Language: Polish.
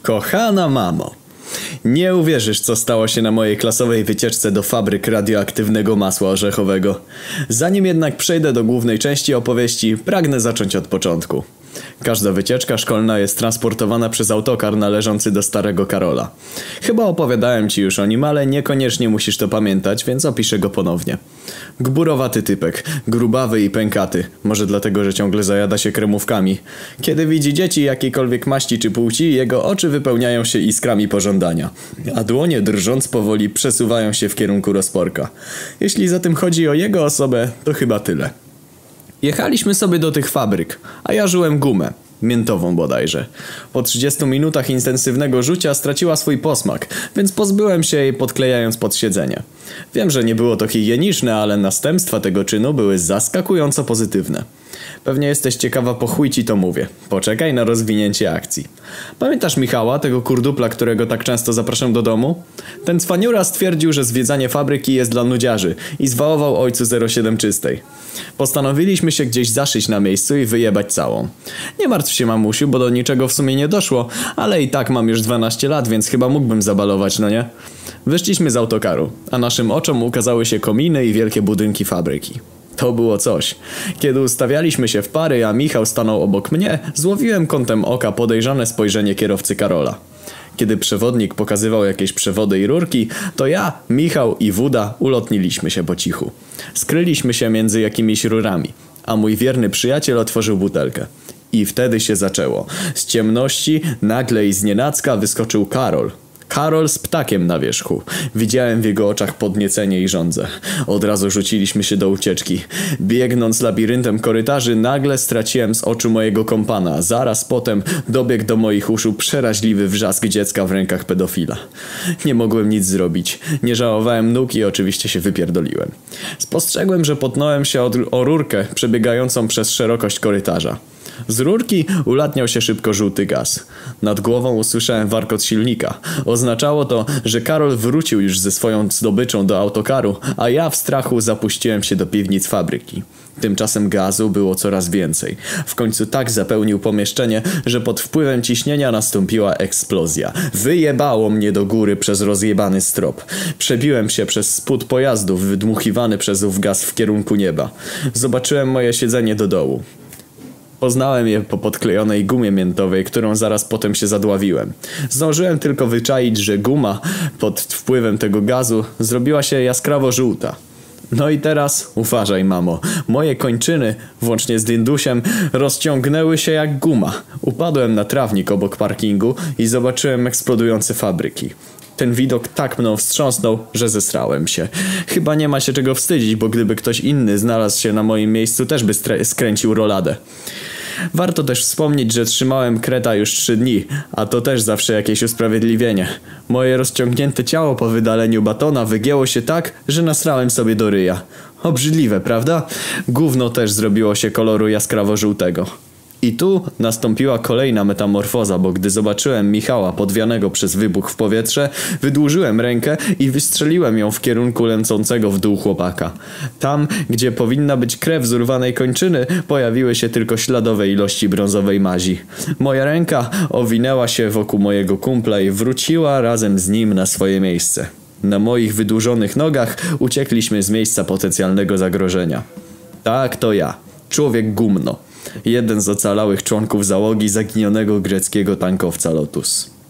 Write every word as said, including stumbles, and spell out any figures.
Kochana mamo, nie uwierzysz, co stało się na mojej klasowej wycieczce do fabryk radioaktywnego masła orzechowego. Zanim jednak przejdę do głównej części opowieści, pragnę zacząć od początku. Każda wycieczka szkolna jest transportowana przez autokar należący do starego Karola. Chyba opowiadałem ci już o nim, ale niekoniecznie musisz to pamiętać, więc opiszę go ponownie. Gburowaty typek, grubawy i pękaty, może dlatego, że ciągle zajada się kremówkami. Kiedy widzi dzieci jakiejkolwiek maści czy płci, jego oczy wypełniają się iskrami pożądania, a dłonie drżąc powoli przesuwają się w kierunku rozporka. Jeśli zatem chodzi o jego osobę, to chyba tyle. Jechaliśmy sobie do tych fabryk, a ja żyłem gumę. Miętową bodajże. Po trzydziestu minutach intensywnego rzucia straciła swój posmak, więc pozbyłem się jej, podklejając pod siedzenie. Wiem, że nie było to higieniczne, ale następstwa tego czynu były zaskakująco pozytywne. Pewnie jesteś ciekawa, po chuj ci to mówię. Poczekaj na rozwinięcie akcji. Pamiętasz Michała, tego kurdupla, którego tak często zapraszam do domu? Ten cwaniura stwierdził, że zwiedzanie fabryki jest dla nudziarzy i zwałował ojcu zero siedem czystej. Postanowiliśmy się gdzieś zaszyć na miejscu i wyjebać całą. Nie martw się, mamusiu, bo do niczego w sumie nie doszło, ale i tak mam już dwanaście lat, więc chyba mógłbym zabalować, no nie? Wyszliśmy z autokaru, a naszym oczom ukazały się kominy i wielkie budynki fabryki. To było coś. Kiedy ustawialiśmy się w pary, a Michał stanął obok mnie, złowiłem kątem oka podejrzane spojrzenie kierowcy Karola. Kiedy przewodnik pokazywał jakieś przewody i rurki, to ja, Michał i Wuda ulotniliśmy się po cichu. Skryliśmy się między jakimiś rurami, a mój wierny przyjaciel otworzył butelkę. I wtedy się zaczęło. Z ciemności nagle i znienacka wyskoczył Karol. Karol z ptakiem na wierzchu. Widziałem w jego oczach podniecenie i żądzę. Od razu rzuciliśmy się do ucieczki. Biegnąc labiryntem korytarzy, nagle straciłem z oczu mojego kompana. Zaraz potem dobiegł do moich uszu przeraźliwy wrzask dziecka w rękach pedofila. Nie mogłem nic zrobić. Nie żałowałem nóg i oczywiście się wypierdoliłem. Spostrzegłem, że potnąłem się od, o rurkę przebiegającą przez szerokość korytarza. Z rurki ulatniał się szybko żółty gaz. Nad głową usłyszałem warkot silnika. Oznaczało to, że Karol wrócił już ze swoją zdobyczą do autokaru, a ja w strachu zapuściłem się do piwnic fabryki. Tymczasem gazu było coraz więcej. W końcu tak zapełnił pomieszczenie, że pod wpływem ciśnienia nastąpiła eksplozja. Wyjebało mnie do góry przez rozjebany strop. Przebiłem się przez spód pojazdu, wydmuchiwany przez ów gaz w kierunku nieba. Zobaczyłem moje siedzenie do dołu. Poznałem je po podklejonej gumie miętowej, którą zaraz potem się zadławiłem. Zdążyłem tylko wyczaić, że guma pod wpływem tego gazu zrobiła się jaskrawo żółta. No i teraz, uważaj mamo, moje kończyny, włącznie z dindusiem, rozciągnęły się jak guma. Upadłem na trawnik obok parkingu i zobaczyłem eksplodujące fabryki. Ten widok tak mną wstrząsnął, że zesrałem się. Chyba nie ma się czego wstydzić, bo gdyby ktoś inny znalazł się na moim miejscu, też by skręcił roladę. Warto też wspomnieć, że trzymałem kreta już trzy dni, a to też zawsze jakieś usprawiedliwienie. Moje rozciągnięte ciało po wydaleniu batona wygięło się tak, że nasrałem sobie do ryja. Obrzydliwe, prawda? Gówno też zrobiło się koloru jaskrawo-żółtego. I tu nastąpiła kolejna metamorfoza, bo gdy zobaczyłem Michała podwianego przez wybuch w powietrze, wydłużyłem rękę i wystrzeliłem ją w kierunku lecącego w dół chłopaka. Tam, gdzie powinna być krew z urwanej kończyny, pojawiły się tylko śladowe ilości brązowej mazi. Moja ręka owinęła się wokół mojego kumpla i wróciła razem z nim na swoje miejsce. Na moich wydłużonych nogach uciekliśmy z miejsca potencjalnego zagrożenia. Tak, to ja. Człowiek gumno. Jeden z ocalałych członków załogi zaginionego greckiego tankowca Lotus.